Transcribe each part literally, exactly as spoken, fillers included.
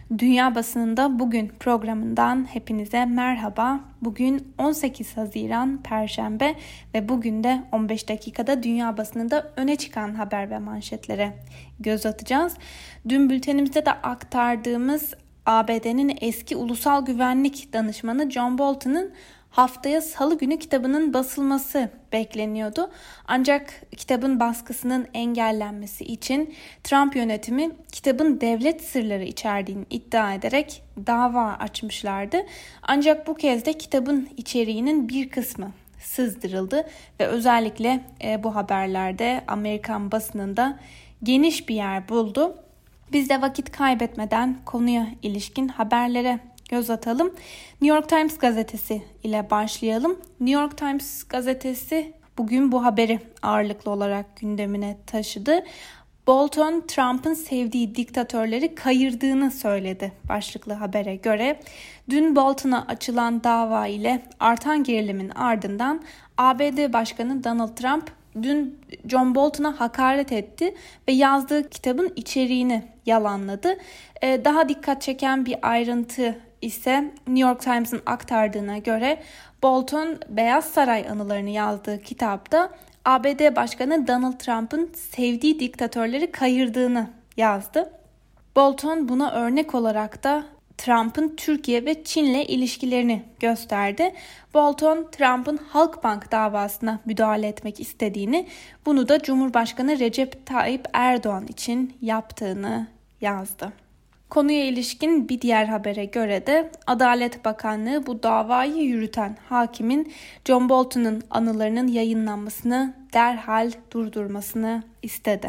Dünya Basınında Bugün programından hepinize merhaba. Bugün on sekiz Haziran Perşembe ve bugün de on beş dakikada dünya basınında öne çıkan haber ve manşetlere göz atacağız. Dün bültenimizde de aktardığımız A B D'nin eski ulusal güvenlik danışmanı John Bolton'un haftaya Salı günü kitabının basılması bekleniyordu. Ancak kitabın baskısının engellenmesi için Trump yönetimi kitabın devlet sırları içerdiğini iddia ederek dava açmışlardı. Ancak bu kez de kitabın içeriğinin bir kısmı sızdırıldı ve özellikle e, bu haberlerde Amerikan basınında geniş bir yer buldu. Biz de vakit kaybetmeden konuya ilişkin haberlere göz atalım. New York Times gazetesi ile başlayalım. New York Times gazetesi bugün bu haberi ağırlıklı olarak gündemine taşıdı. Bolton, Trump'ın sevdiği diktatörleri kayırdığını söyledi başlıklı habere göre. Dün Bolton'a açılan dava ile artan gerilimin ardından A B D Başkanı Donald Trump dün John Bolton'a hakaret etti ve yazdığı kitabın içeriğini yalanladı. Daha dikkat çeken bir ayrıntı ise New York Times'ın aktardığına göre Bolton Beyaz Saray anılarını yazdığı kitapta A B D Başkanı Donald Trump'ın sevdiği diktatörleri kayırdığını yazdı. Bolton buna örnek olarak da Trump'ın Türkiye ve Çin'le ilişkilerini gösterdi. Bolton, Trump'ın Halkbank davasına müdahale etmek istediğini, bunu da Cumhurbaşkanı Recep Tayyip Erdoğan için yaptığını yazdı. Konuya ilişkin bir diğer habere göre de Adalet Bakanlığı bu davayı yürüten hakimin John Bolton'un anılarının yayınlanmasını derhal durdurmasını istedi.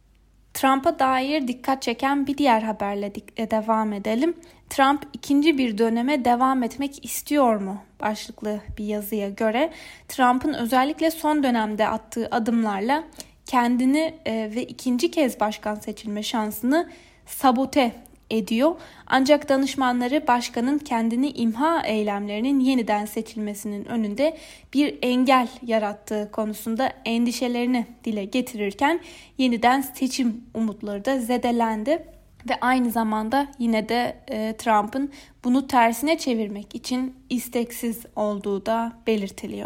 Trump'a dair dikkat çeken bir diğer haberle devam edelim. Trump ikinci bir döneme devam etmek istiyor mu? Başlıklı bir yazıya göre Trump'ın özellikle son dönemde attığı adımlarla kendini ve ikinci kez başkan seçilme şansını sabote ediyor. Ancak danışmanları başkanın kendini imha eylemlerinin yeniden seçilmesinin önünde bir engel yarattığı konusunda endişelerini dile getirirken yeniden seçim umutları da zedelendi ve aynı zamanda yine de e, Trump'ın bunu tersine çevirmek için isteksiz olduğu da belirtiliyor.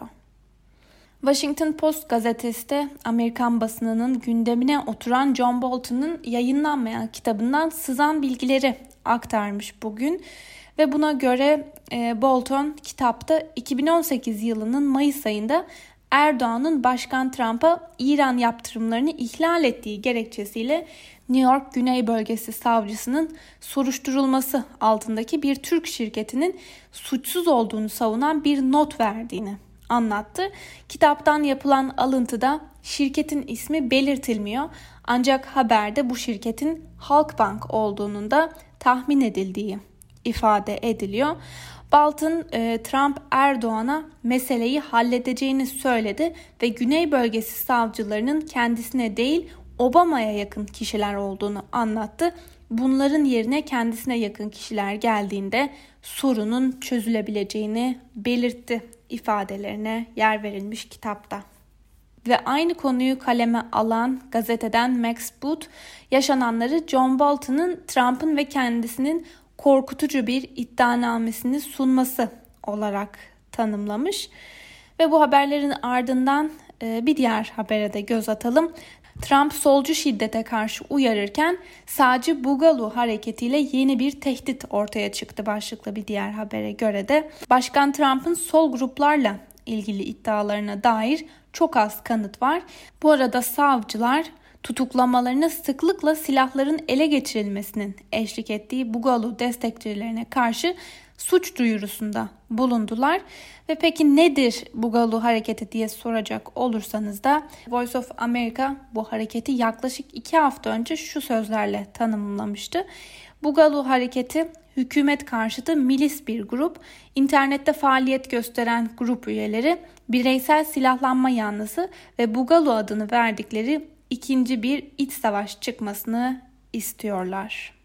Washington Post gazetesi de Amerikan basınının gündemine oturan John Bolton'un yayınlanmayan kitabından sızan bilgileri aktarmış bugün. Ve buna göre e, Bolton kitapta iki bin on sekiz yılının Mayıs ayında Erdoğan'ın Başkan Trump'a İran yaptırımlarını ihlal ettiği gerekçesiyle New York Güney Bölgesi Savcısının soruşturulması altındaki bir Türk şirketinin suçsuz olduğunu savunan bir not verdiğini anlattı. Kitaptan yapılan alıntıda şirketin ismi belirtilmiyor. Ancak haberde bu şirketin Halkbank olduğunun da tahmin edildiği ifade ediliyor. Bolton, e, Trump Erdoğan'a meseleyi halledeceğini söyledi ve Güney Bölgesi savcılarının kendisine değil Obama'ya yakın kişiler olduğunu anlattı. Bunların yerine kendisine yakın kişiler geldiğinde sorunun çözülebileceğini belirtti ifadelerine yer verilmiş kitapta. Ve aynı konuyu kaleme alan gazeteden Max Boot, yaşananları John Bolton'un Trump'ın ve kendisinin korkutucu bir iddianamesini sunması olarak tanımlamış. Ve bu haberlerin ardından bir diğer habere de göz atalım. Trump solcu şiddete karşı uyarırken sağcı Bugalu hareketiyle yeni bir tehdit ortaya çıktı başlıklı bir diğer habere göre de Başkan Trump'ın sol gruplarla ilgili iddialarına dair çok az kanıt var. Bu arada savcılar tutuklamalarına sıklıkla silahların ele geçirilmesinin eşlik ettiği Bugalu destekçilerine karşı suç duyurusunda bulundular. Ve peki nedir Bugalu hareketi diye soracak olursanız da Voice of America bu hareketi yaklaşık iki hafta önce şu sözlerle tanımlamıştı. Bugalu hareketi hükümet karşıtı milis bir grup, internette faaliyet gösteren grup üyeleri, bireysel silahlanma yanlısı ve Bugalu adını verdikleri ikinci bir iç savaş çıkmasını istiyorlar.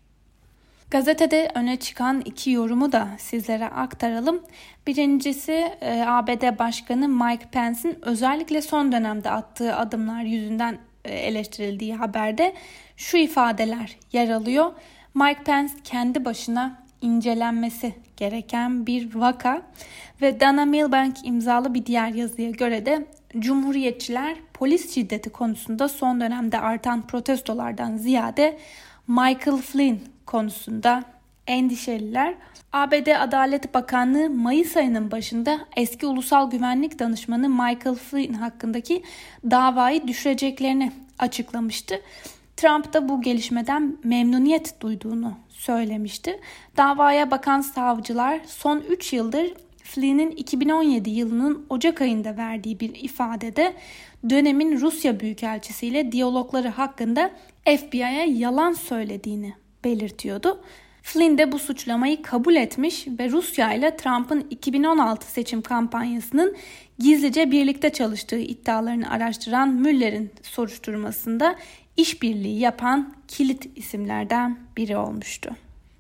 Gazetede öne çıkan iki yorumu da sizlere aktaralım. Birincisi A B D Başkanı Mike Pence'in özellikle son dönemde attığı adımlar yüzünden eleştirildiği haberde şu ifadeler yer alıyor. Mike Pence kendi başına incelenmesi gereken bir vaka ve Dana Milbank imzalı bir diğer yazıya göre de Cumhuriyetçiler polis şiddeti konusunda son dönemde artan protestolardan ziyade Michael Flynn konusunda endişeliler. A B D Adalet Bakanlığı Mayıs ayının başında eski Ulusal Güvenlik Danışmanı Michael Flynn hakkındaki davayı düşüreceklerini açıklamıştı. Trump da bu gelişmeden memnuniyet duyduğunu söylemişti. Davaya bakan savcılar son üç yıldır Flynn'in iki bin on yedi yılının Ocak ayında verdiği bir ifadede dönemin Rusya Büyükelçisi ile diyalogları hakkında F B I'ye yalan söylediğini belirtiyordu. Flynn de bu suçlamayı kabul etmiş ve Rusya ile Trump'ın iki bin on altı seçim kampanyasının gizlice birlikte çalıştığı iddialarını araştıran Müller'in soruşturmasında işbirliği yapan kilit isimlerden biri olmuştu.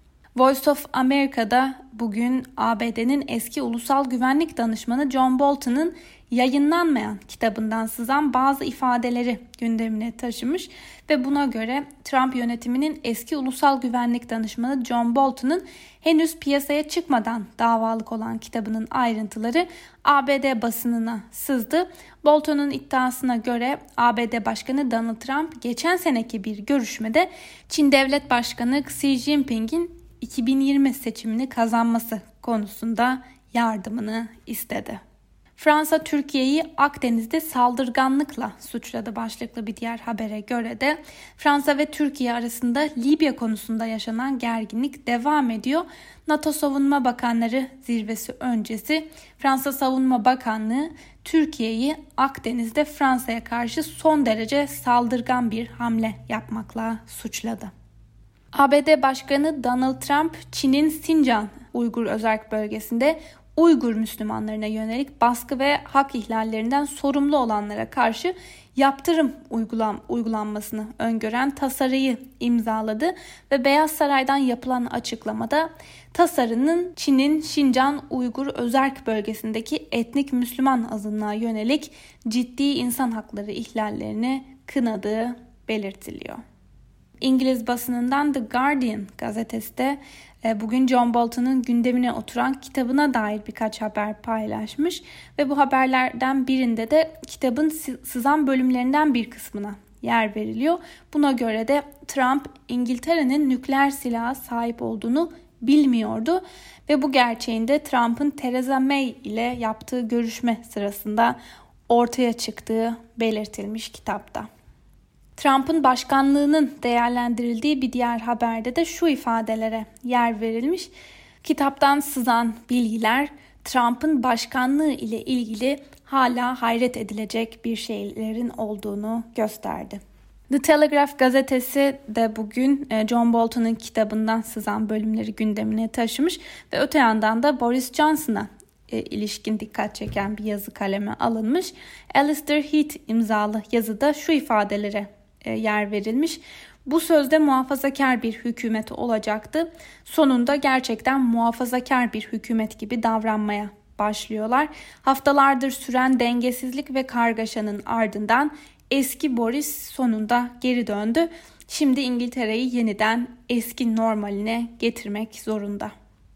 Voice of America'da bugün A B D'nin eski Ulusal Güvenlik Danışmanı John Bolton'un yayınlanmayan kitabından sızan bazı ifadeleri gündemine taşımış ve buna göre Trump yönetiminin eski Ulusal Güvenlik Danışmanı John Bolton'un henüz piyasaya çıkmadan davalık olan kitabının ayrıntıları A B D basınına sızdı. Bolton'un iddiasına göre A B D Başkanı Donald Trump geçen seneki bir görüşmede Çin Devlet Başkanı Xi Jinping'in iki bin yirmi seçimini kazanması konusunda yardımını istedi. Fransa Türkiye'yi Akdeniz'de saldırganlıkla suçladı başlıklı bir diğer habere göre de Fransa ve Türkiye arasında Libya konusunda yaşanan gerginlik devam ediyor. NATO Savunma Bakanları zirvesi öncesi Fransa Savunma Bakanlığı Türkiye'yi Akdeniz'de Fransa'ya karşı son derece saldırgan bir hamle yapmakla suçladı. A B D Başkanı Donald Trump, Çin'in Sincan Uygur Özerk Bölgesi'nde Uygur Müslümanlarına yönelik baskı ve hak ihlallerinden sorumlu olanlara karşı yaptırım uygulan, uygulanmasını öngören tasarıyı imzaladı ve Beyaz Saray'dan yapılan açıklamada tasarının Çin'in Şincan Uygur Özerk Bölgesi'ndeki etnik Müslüman azınlığa yönelik ciddi insan hakları ihlallerini kınadığı belirtiliyor. İngiliz basınından The Guardian gazetesi de bugün John Bolton'un gündemine oturan kitabına dair birkaç haber paylaşmış ve bu haberlerden birinde de kitabın sızan bölümlerinden bir kısmına yer veriliyor. Buna göre de Trump İngiltere'nin nükleer silaha sahip olduğunu bilmiyordu ve bu gerçeğin de Trump'ın Theresa May ile yaptığı görüşme sırasında ortaya çıktığı belirtilmiş kitapta. Trump'ın başkanlığının değerlendirildiği bir diğer haberde de şu ifadelere yer verilmiş. Kitaptan sızan bilgiler Trump'ın başkanlığı ile ilgili hala hayret edilecek bir şeylerin olduğunu gösterdi. The Telegraph gazetesi de bugün John Bolton'un kitabından sızan bölümleri gündemine taşımış ve öte yandan da Boris Johnson'a ilişkin dikkat çeken bir yazı kaleme alınmış. Alistair Heath imzalı yazıda şu ifadelere yer verilmiş. Bu sözde muhafazakar bir hükümet olacaktı. Sonunda gerçekten muhafazakar bir hükümet gibi davranmaya başlıyorlar. Haftalardır süren dengesizlik ve kargaşanın ardından eski Boris sonunda geri döndü. Şimdi İngiltere'yi yeniden eski normaline getirmek zorunda.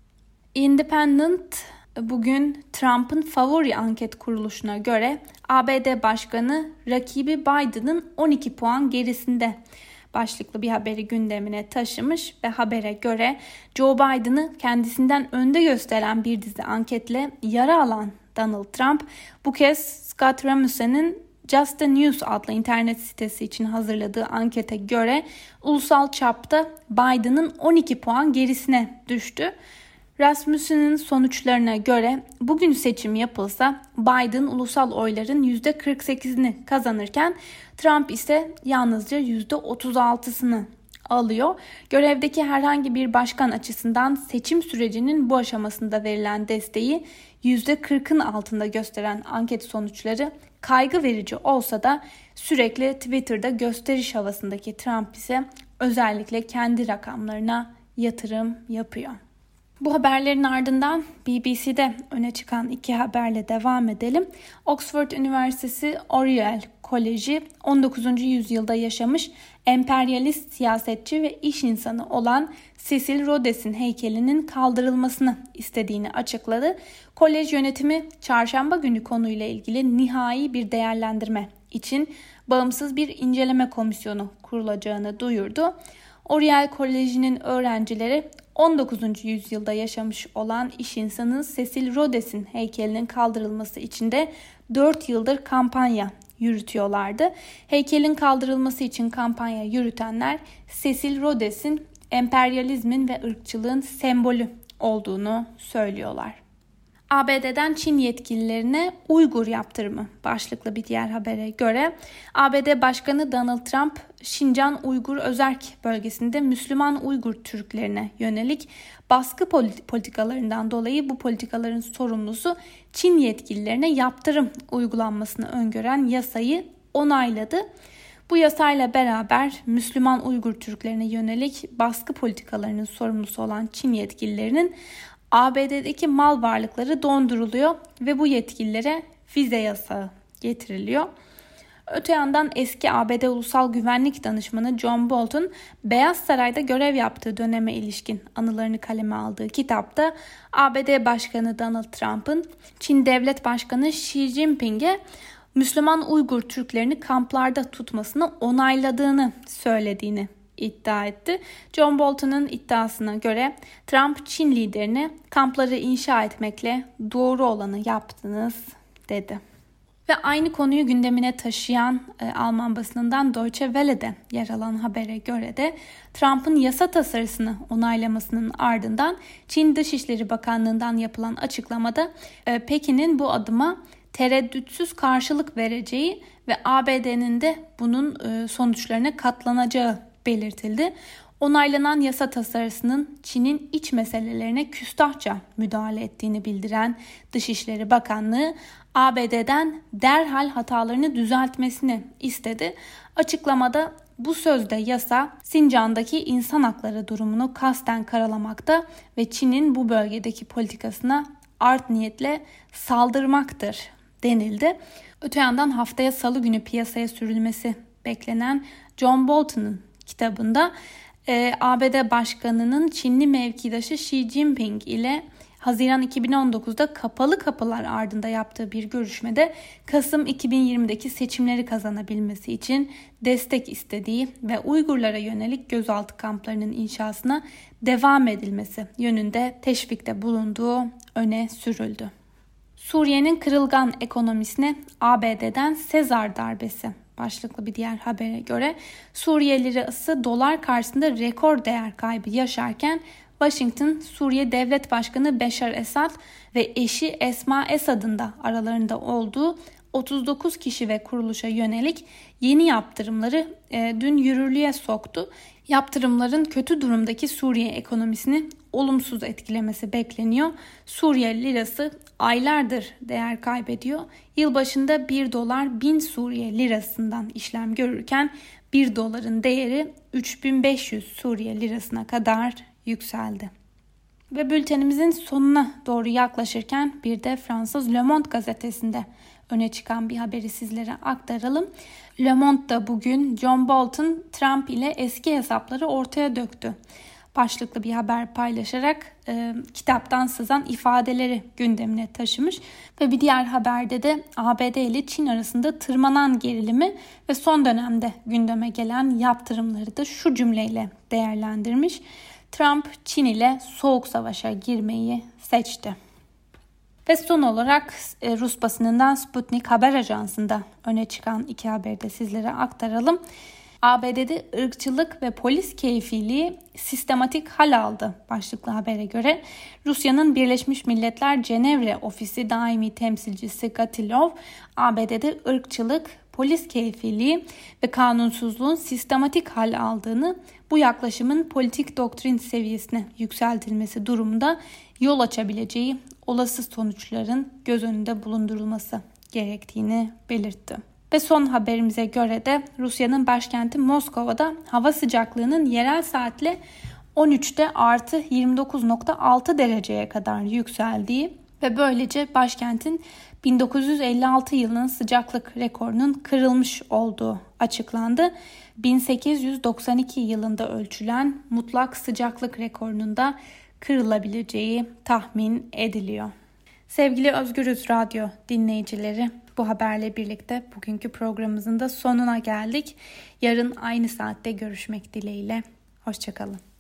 Independent bugün Trump'ın favori anket kuruluşuna göre A B D Başkanı rakibi Biden'ın on iki puan gerisinde başlıklı bir haberi gündemine taşımış ve habere göre Joe Biden'ı kendisinden önde gösteren bir dizi anketle yara alan Donald Trump bu kez Scott Rasmussen'in Just the News adlı internet sitesi için hazırladığı ankete göre ulusal çapta Biden'ın on iki puan gerisine düştü. Rasmussen'in sonuçlarına göre bugün seçim yapılsa Biden ulusal oyların yüzde kırk sekizini kazanırken Trump ise yalnızca yüzde otuz altısını alıyor. Görevdeki herhangi bir başkan açısından seçim sürecinin bu aşamasında verilen desteği yüzde kırkın altında gösteren anket sonuçları kaygı verici olsa da sürekli Twitter'da gösteriş havasındaki Trump ise özellikle kendi rakamlarına yatırım yapıyor. Bu haberlerin ardından B B C'de öne çıkan iki haberle devam edelim. Oxford Üniversitesi Oriel Koleji on dokuzuncu yüzyılda yaşamış emperyalist siyasetçi ve iş insanı olan Cecil Rhodes'in heykelinin kaldırılmasını istediğini açıkladı. Kolej yönetimi çarşamba günü konuyla ilgili nihai bir değerlendirme için bağımsız bir inceleme komisyonu kurulacağını duyurdu. Oriel Koleji'nin öğrencileri on dokuzuncu yüzyılda yaşamış olan iş insanı Cecil Rhodes'in heykelinin kaldırılması için de dört yıldır kampanya yürütüyorlardı. Heykelin kaldırılması için kampanya yürütenler Cecil Rhodes'in emperyalizmin ve ırkçılığın sembolü olduğunu söylüyorlar. A B D'den Çin yetkililerine Uygur yaptırımı başlıklı bir diğer habere göre A B D Başkanı Donald Trump, Şincan Uygur Özerk bölgesinde Müslüman Uygur Türklerine yönelik baskı politikalarından dolayı bu politikaların sorumlusu Çin yetkililerine yaptırım uygulanmasını öngören yasayı onayladı. Bu yasayla beraber Müslüman Uygur Türklerine yönelik baskı politikalarının sorumlusu olan Çin yetkililerinin A B D'deki mal varlıkları donduruluyor ve bu yetkililere vize yasağı getiriliyor. Öte yandan eski A B D Ulusal Güvenlik Danışmanı John Bolton, Beyaz Saray'da görev yaptığı döneme ilişkin anılarını kaleme aldığı kitapta A B D Başkanı Donald Trump'ın Çin Devlet Başkanı Xi Jinping'e Müslüman Uygur Türklerini kamplarda tutmasını onayladığını söylediğini iddia etti. John Bolton'un iddiasına göre Trump Çin liderine kampları inşa etmekle doğru olanı yaptınız dedi. Ve aynı konuyu gündemine taşıyan e, Alman basınından Deutsche Welle'de yer alan habere göre de Trump'ın yasa tasarısını onaylamasının ardından Çin Dışişleri Bakanlığı'ndan yapılan açıklamada e, Pekin'in bu adıma tereddütsüz karşılık vereceği ve A B D'nin de bunun e, sonuçlarına katlanacağı belirtildi. Onaylanan yasa tasarısının Çin'in iç meselelerine küstahça müdahale ettiğini bildiren Dışişleri Bakanlığı A B D'den derhal hatalarını düzeltmesini istedi. Açıklamada bu sözde yasa Sincan'daki insan hakları durumunu kasten karalamakta ve Çin'in bu bölgedeki politikasına art niyetle saldırmaktır denildi. Öte yandan haftaya salı günü piyasaya sürülmesi beklenen John Bolton'un kitabında e, A B D Başkanı'nın Çinli mevkidaşı Xi Jinping ile Haziran iki bin on dokuzda kapalı kapılar ardında yaptığı bir görüşmede Kasım iki bin yirmideki seçimleri kazanabilmesi için destek istediği ve Uygurlara yönelik gözaltı kamplarının inşasına devam edilmesi yönünde teşvikte bulunduğu öne sürüldü. Suriye'nin kırılgan ekonomisine A B D'den Sezar darbesi başlıklı bir diğer habere göre Suriye lirası dolar karşısında rekor değer kaybı yaşarken Washington, Suriye Devlet Başkanı Beşar Esad ve eşi Esma Esad'ın da aralarında olduğu otuz dokuz kişi ve kuruluşa yönelik yeni yaptırımları e, dün yürürlüğe soktu. Yaptırımların kötü durumdaki Suriye ekonomisini olumsuz etkilemesi bekleniyor. Suriye lirası aylardır değer kaybediyor. Yılbaşında bir dolar bin Suriye lirasından işlem görürken bir doların değeri üç bin beş yüz Suriye lirasına kadar yükseldi. Ve bültenimizin sonuna doğru yaklaşırken bir de Fransız Le Monde gazetesinde öne çıkan bir haberi sizlere aktaralım. Le Monde da bugün John Bolton Trump ile eski hesapları ortaya döktü başlıklı bir haber paylaşarak e, kitaptan sızan ifadeleri gündemine taşımış ve bir diğer haberde de A B D ile Çin arasında tırmanan gerilimi ve son dönemde gündeme gelen yaptırımları da şu cümleyle değerlendirmiş. Trump Çin ile soğuk savaşa girmeyi seçti. Ve son olarak e, Rus basınından Sputnik Haber Ajansı'nda öne çıkan iki haberi de sizlere aktaralım. A B D'de ırkçılık ve polis keyfiliği sistematik hal aldı başlıklı habere göre Rusya'nın Birleşmiş Milletler Cenevre Ofisi Daimi Temsilcisi Gatilov, A B D'de ırkçılık, polis keyfiliği ve kanunsuzluğun sistematik hal aldığını, bu yaklaşımın politik doktrin seviyesine yükseltilmesi durumunda yol açabileceği olası sonuçların göz önünde bulundurulması gerektiğini belirtti. Ve son haberimize göre de Rusya'nın başkenti Moskova'da hava sıcaklığının yerel saatle on üçte artı yirmi dokuz nokta altı dereceye kadar yükseldiği ve böylece başkentin bin dokuz yüz elli altı yılının sıcaklık rekorunun kırılmış olduğu açıklandı. bin sekiz yüz doksan iki yılında ölçülen mutlak sıcaklık rekorunun da kırılabileceği tahmin ediliyor. Sevgili Özgürüz Radyo dinleyicileri, bu haberle birlikte bugünkü programımızın da sonuna geldik. Yarın aynı saatte görüşmek dileğiyle. Hoşça kalın.